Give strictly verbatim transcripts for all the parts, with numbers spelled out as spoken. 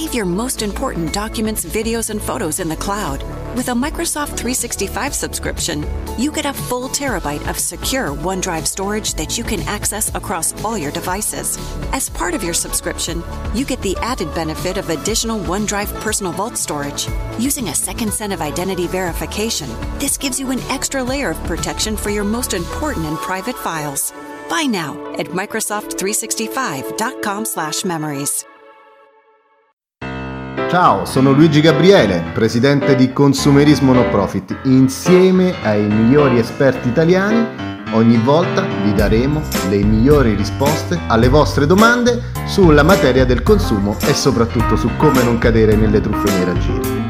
Save your most important documents, videos, and photos in the cloud. With a Microsoft three sixty-five subscription, you get a full terabyte of secure OneDrive storage that you can access across all your devices. As part of your subscription, you get the added benefit of additional OneDrive Personal Vault storage. Using a second set of identity verification, this gives you an extra layer of protection for your most important and private files. Buy now at Microsoft three sixty-five dot com slash memories. Ciao, sono Luigi Gabriele, presidente di Consumerismo No Profit. Insieme ai migliori esperti italiani, ogni volta vi daremo le migliori risposte alle vostre domande sulla materia del consumo e soprattutto su come non cadere nelle truffe nei raggiri.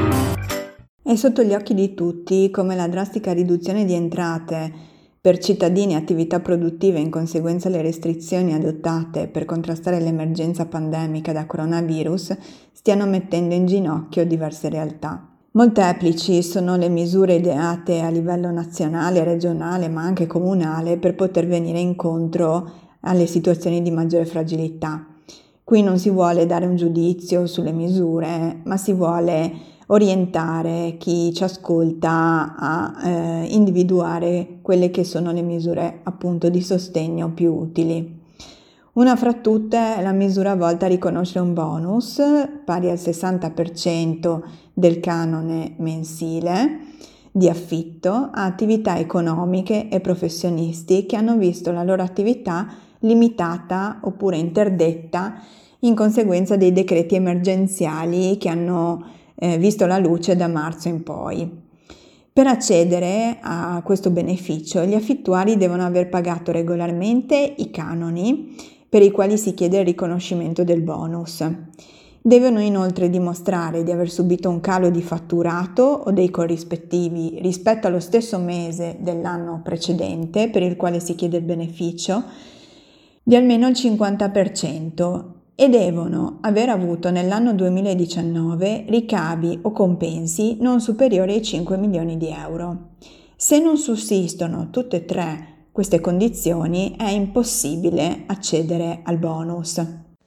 È sotto gli occhi di tutti come la drastica riduzione di entrate per cittadini e attività produttive in conseguenza alle restrizioni adottate per contrastare l'emergenza pandemica da coronavirus stiano mettendo in ginocchio diverse realtà. Molteplici sono le misure ideate a livello nazionale, regionale ma anche comunale per poter venire incontro alle situazioni di maggiore fragilità. Qui non si vuole dare un giudizio sulle misure, ma si vuole orientare chi ci ascolta a eh, individuare quelle che sono le misure appunto di sostegno più utili. Una fra tutte è la misura volta a riconoscere un bonus pari al sessanta per cento del canone mensile di affitto a attività economiche e professionisti che hanno visto la loro attività limitata oppure interdetta in conseguenza dei decreti emergenziali che hanno Eh, visto la luce da marzo in poi. Per accedere a questo beneficio, gli affittuari devono aver pagato regolarmente i canoni per i quali si chiede il riconoscimento del bonus. Devono inoltre dimostrare di aver subito un calo di fatturato o dei corrispettivi rispetto allo stesso mese dell'anno precedente per il quale si chiede il beneficio di almeno il cinquanta per cento e devono aver avuto nell'anno duemiladiciannove ricavi o compensi non superiori ai cinque milioni di euro. Se non sussistono tutte e tre queste condizioni è impossibile accedere al bonus.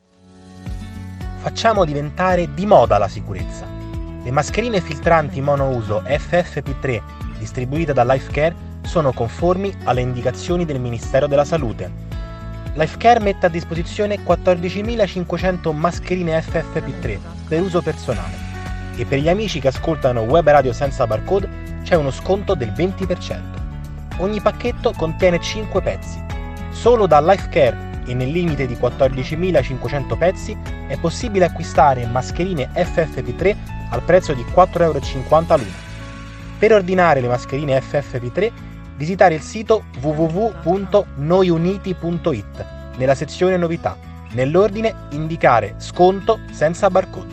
Facciamo diventare di moda la sicurezza. Le mascherine filtranti monouso F F P tre distribuite da Lifecare sono conformi alle indicazioni del Ministero della Salute. Lifecare mette a disposizione quattordicimilacinquecento mascherine F F P tre per uso personale e per gli amici che ascoltano Web Radio senza barcode c'è uno sconto del venti per cento. Ogni pacchetto contiene cinque pezzi. Solo da Lifecare e nel limite di quattordicimilacinquecento pezzi è possibile acquistare mascherine F F P tre al prezzo di quattro virgola cinquanta euro l'una. Per ordinare le mascherine F F P tre visitare il sito w w w punto noiuniti punto i t nella sezione novità, nell'ordine indicare sconto senza barcode.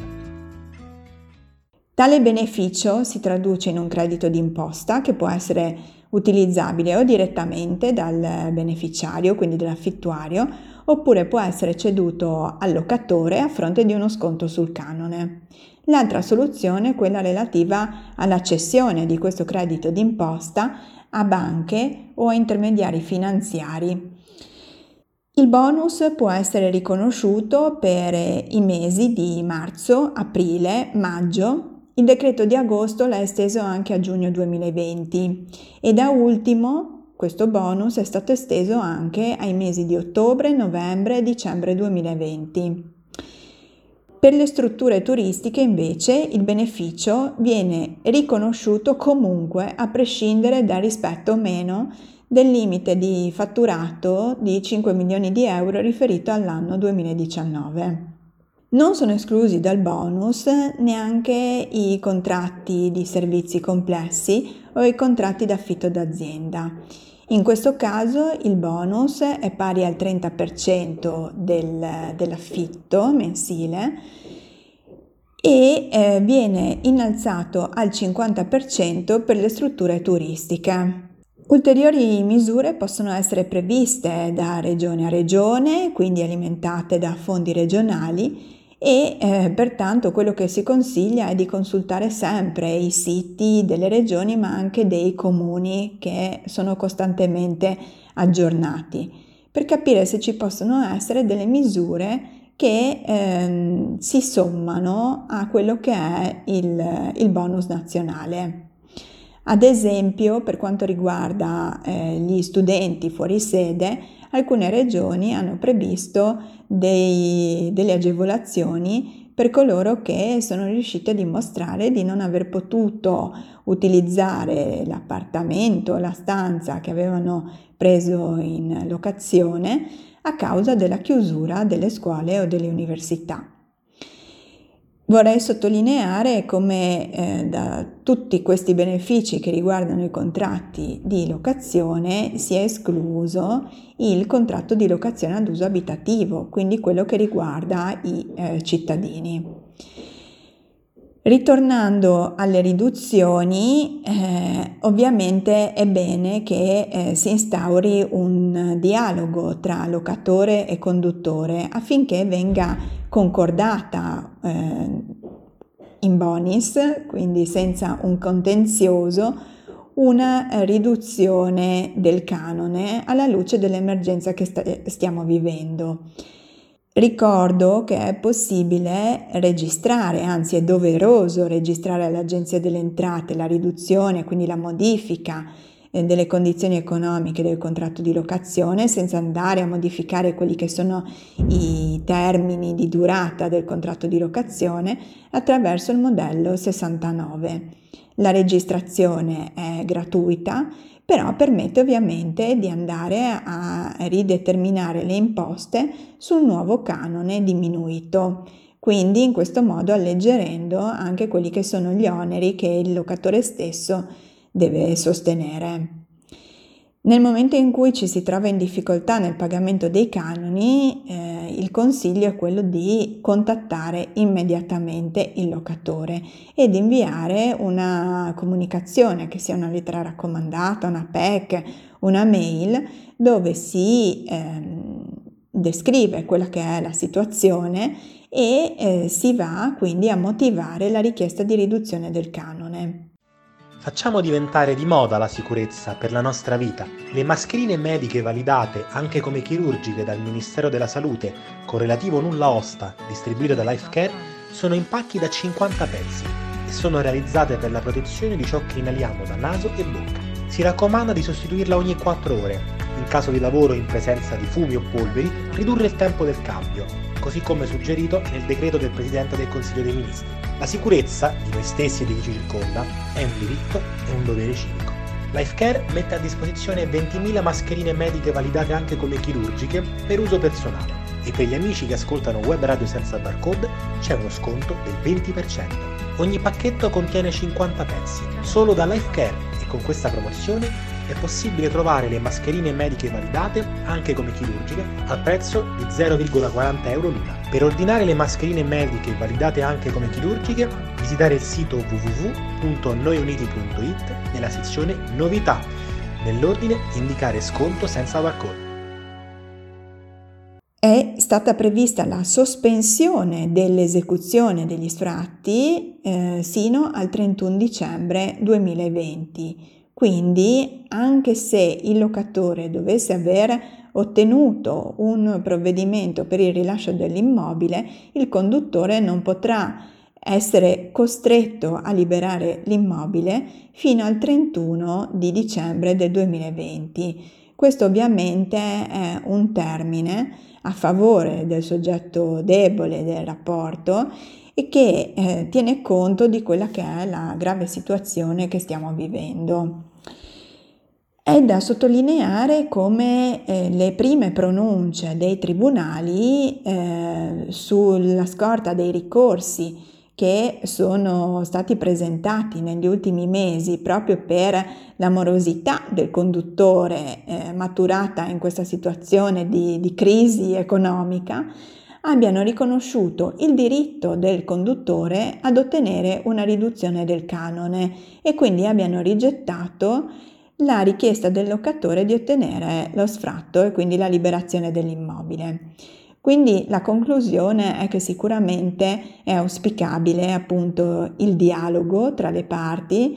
Tale beneficio si traduce in un credito d'imposta che può essere utilizzabile o direttamente dal beneficiario, quindi dall'affittuario, oppure può essere ceduto al locatore a fronte di uno sconto sul canone. L'altra soluzione è quella relativa alla cessione di questo credito d'imposta a banche o a intermediari finanziari. Il bonus può essere riconosciuto per i mesi di marzo, aprile, maggio. Il decreto di agosto l'ha esteso anche a giugno duemilaventi e da ultimo questo bonus è stato esteso anche ai mesi di ottobre, novembre e dicembre duemilaventi. Per le strutture turistiche invece il beneficio viene riconosciuto comunque a prescindere dal rispetto o meno del limite di fatturato di cinque milioni di euro riferito all'anno duemiladiciannove. Non sono esclusi dal bonus neanche i contratti di servizi complessi o i contratti d'affitto d'azienda. In questo caso il bonus è pari al trenta per cento del, dell'affitto mensile e eh, viene innalzato al cinquanta per cento per le strutture turistiche. Ulteriori misure possono essere previste da regione a regione, quindi alimentate da fondi regionali e eh, pertanto quello che si consiglia è di consultare sempre i siti delle regioni ma anche dei comuni che sono costantemente aggiornati per capire se ci possono essere delle misure che ehm, si sommano a quello che è il, il bonus nazionale. Ad esempio, per quanto riguarda eh, gli studenti fuori sede, alcune regioni hanno previsto dei, delle agevolazioni per coloro che sono riusciti a dimostrare di non aver potuto utilizzare l'appartamento o la stanza che avevano preso in locazione a causa della chiusura delle scuole o delle università. Vorrei sottolineare come eh, da tutti questi benefici che riguardano i contratti di locazione sia escluso il contratto di locazione ad uso abitativo, quindi quello che riguarda i eh, cittadini. Ritornando alle riduzioni, eh, ovviamente è bene che eh, si instauri un dialogo tra locatore e conduttore affinché venga concordata eh, in bonis, quindi senza un contenzioso, una riduzione del canone alla luce dell'emergenza che st- stiamo vivendo. Ricordo che è possibile registrare, anzi è doveroso registrare all'Agenzia delle Entrate la riduzione, quindi la modifica eh, delle condizioni economiche del contratto di locazione senza andare a modificare quelli che sono i termini di durata del contratto di locazione attraverso il modello sessantanove. La registrazione è gratuita, però permette ovviamente di andare a rideterminare le imposte sul nuovo canone diminuito, quindi in questo modo alleggerendo anche quelli che sono gli oneri che il locatore stesso deve sostenere. Nel momento in cui ci si trova in difficoltà nel pagamento dei canoni, eh, il consiglio è quello di contattare immediatamente il locatore ed inviare una comunicazione, che sia una lettera raccomandata, una P E C, una mail, dove si ehm, descrive quella che è la situazione e eh, si va quindi a motivare la richiesta di riduzione del canone. Facciamo diventare di moda la sicurezza per la nostra vita. Le mascherine mediche validate anche come chirurgiche dal Ministero della Salute con relativo nulla osta distribuite da Lifecare sono in pacchi da cinquanta pezzi e sono realizzate per la protezione di ciò che inaliamo da naso e bocca. Si raccomanda di sostituirla ogni quattro ore. In caso di lavoro in presenza di fumi o polveri, ridurre il tempo del cambio, così come suggerito nel decreto del Presidente del Consiglio dei Ministri. La sicurezza di noi stessi e di chi ci circonda è un diritto e un dovere civico. Lifecare mette a disposizione ventimila mascherine mediche validate anche come chirurgiche per uso personale e per gli amici che ascoltano web radio senza barcode c'è uno sconto del venti per cento. Ogni pacchetto contiene cinquanta pezzi, solo da Lifecare, e con questa promozione è possibile trovare le mascherine mediche validate anche come chirurgiche al prezzo di zero virgola quaranta euro l'una. Per ordinare le mascherine mediche validate anche come chirurgiche, visitare il sito w w w punto noiuniti punto i t nella sezione novità, nell'ordine indicare sconto senza barcode. È stata prevista la sospensione dell'esecuzione degli sfratti eh, sino al trentuno dicembre duemilaventi. Quindi, anche se il locatore dovesse aver ottenuto un provvedimento per il rilascio dell'immobile, il conduttore non potrà essere costretto a liberare l'immobile fino al trentuno di dicembre del duemilaventi. Questo ovviamente è un termine a favore del soggetto debole del rapporto e che eh, tiene conto di quella che è la grave situazione che stiamo vivendo. È da sottolineare come eh, le prime pronunce dei tribunali eh, sulla scorta dei ricorsi che sono stati presentati negli ultimi mesi proprio per la morosità del conduttore eh, maturata in questa situazione di, di crisi economica, abbiano riconosciuto il diritto del conduttore ad ottenere una riduzione del canone e quindi abbiano rigettato la richiesta del locatore di ottenere lo sfratto e quindi la liberazione dell'immobile. Quindi la conclusione è che sicuramente è auspicabile appunto il dialogo tra le parti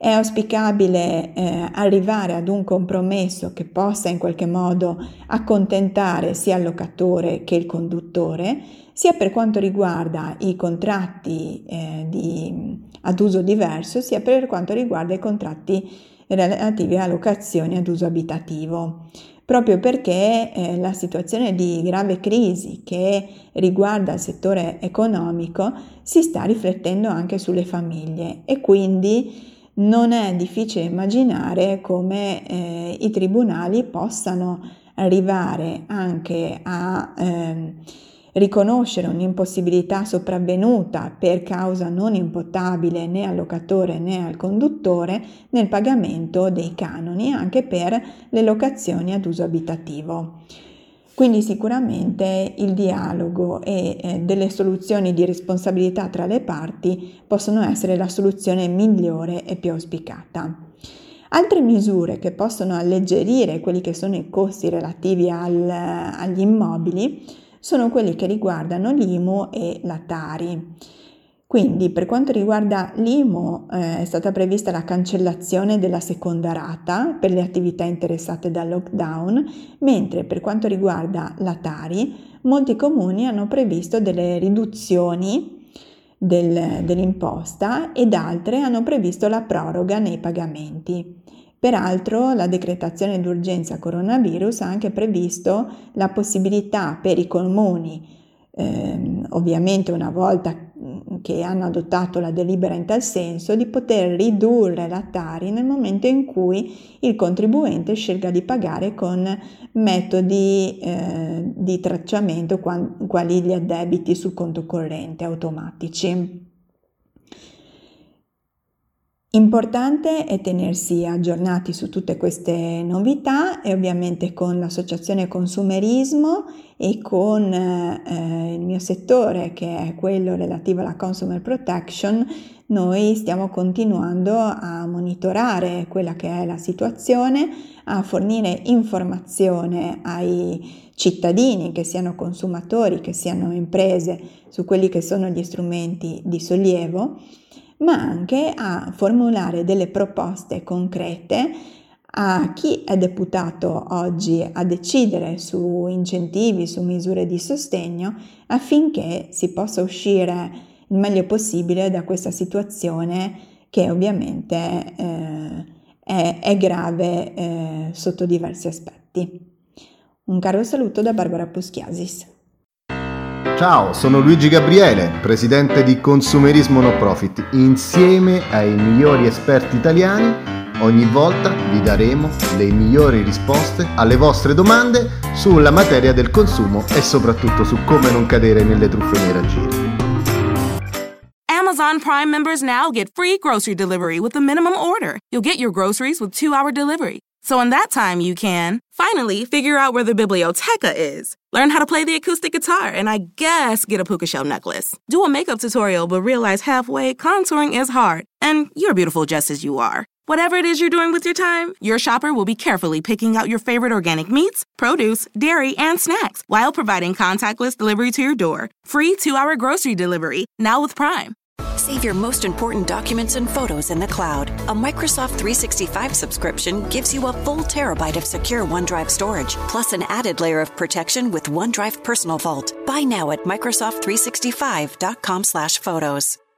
È auspicabile eh, arrivare ad un compromesso che possa in qualche modo accontentare sia il locatore che il conduttore, sia per quanto riguarda i contratti eh, di, ad uso diverso, sia per quanto riguarda i contratti relativi a locazioni ad uso abitativo, proprio perché eh, la situazione di grave crisi che riguarda il settore economico si sta riflettendo anche sulle famiglie e quindi non è difficile immaginare come eh, i tribunali possano arrivare anche a eh, riconoscere un'impossibilità sopravvenuta per causa non imputabile né al locatore né al conduttore nel pagamento dei canoni anche per le locazioni ad uso abitativo. Quindi sicuramente il dialogo e eh, delle soluzioni di responsabilità tra le parti possono essere la soluzione migliore e più auspicata. Altre misure che possono alleggerire quelli che sono i costi relativi al, agli immobili sono quelli che riguardano l'I M U e la Tari. Quindi per quanto riguarda l'I M U eh, è stata prevista la cancellazione della seconda rata per le attività interessate dal lockdown, mentre per quanto riguarda la Tari molti comuni hanno previsto delle riduzioni del, dell'imposta ed altre hanno previsto la proroga nei pagamenti. Peraltro la decretazione d'urgenza coronavirus ha anche previsto la possibilità per i comuni, ehm, ovviamente una volta che hanno adottato la delibera in tal senso, di poter ridurre la Tari nel momento in cui il contribuente scelga di pagare con metodi eh, di tracciamento quali gli addebiti sul conto corrente automatici. Importante è tenersi aggiornati su tutte queste novità e ovviamente con l'associazione Consumerismo e con eh, il mio settore, che è quello relativo alla Consumer Protection, noi stiamo continuando a monitorare quella che è la situazione, a fornire informazione ai cittadini, che siano consumatori, che siano imprese, su quelli che sono gli strumenti di sollievo, ma anche a formulare delle proposte concrete a chi è deputato oggi a decidere su incentivi, su misure di sostegno, affinché si possa uscire il meglio possibile da questa situazione che ovviamente eh, è, è grave eh, sotto diversi aspetti. Un caro saluto da Barbara Puschiasis. Ciao, sono Luigi Gabriele, presidente di Consumerismo No Profit. Insieme ai migliori esperti italiani, ogni volta vi daremo le migliori risposte alle vostre domande sulla materia del consumo e soprattutto su come non cadere nelle truffe nei raggiri. Amazon Prime members now get free grocery delivery with the minimum order. You'll get your groceries with two-hour delivery. So in that time, you can finally figure out where the biblioteca is, learn how to play the acoustic guitar, and I guess get a puka shell necklace. Do a makeup tutorial, but realize halfway contouring is hard, and you're beautiful just as you are. Whatever it is you're doing with your time, your shopper will be carefully picking out your favorite organic meats, produce, dairy, and snacks while providing contactless delivery to your door. Free two-hour grocery delivery, now with Prime. Save your most important documents and photos in the cloud. A Microsoft three sixty-five subscription gives you a full terabyte of secure OneDrive storage, plus an added layer of protection with OneDrive Personal Vault. Buy now at Microsoft three sixty-five dot com slash photos.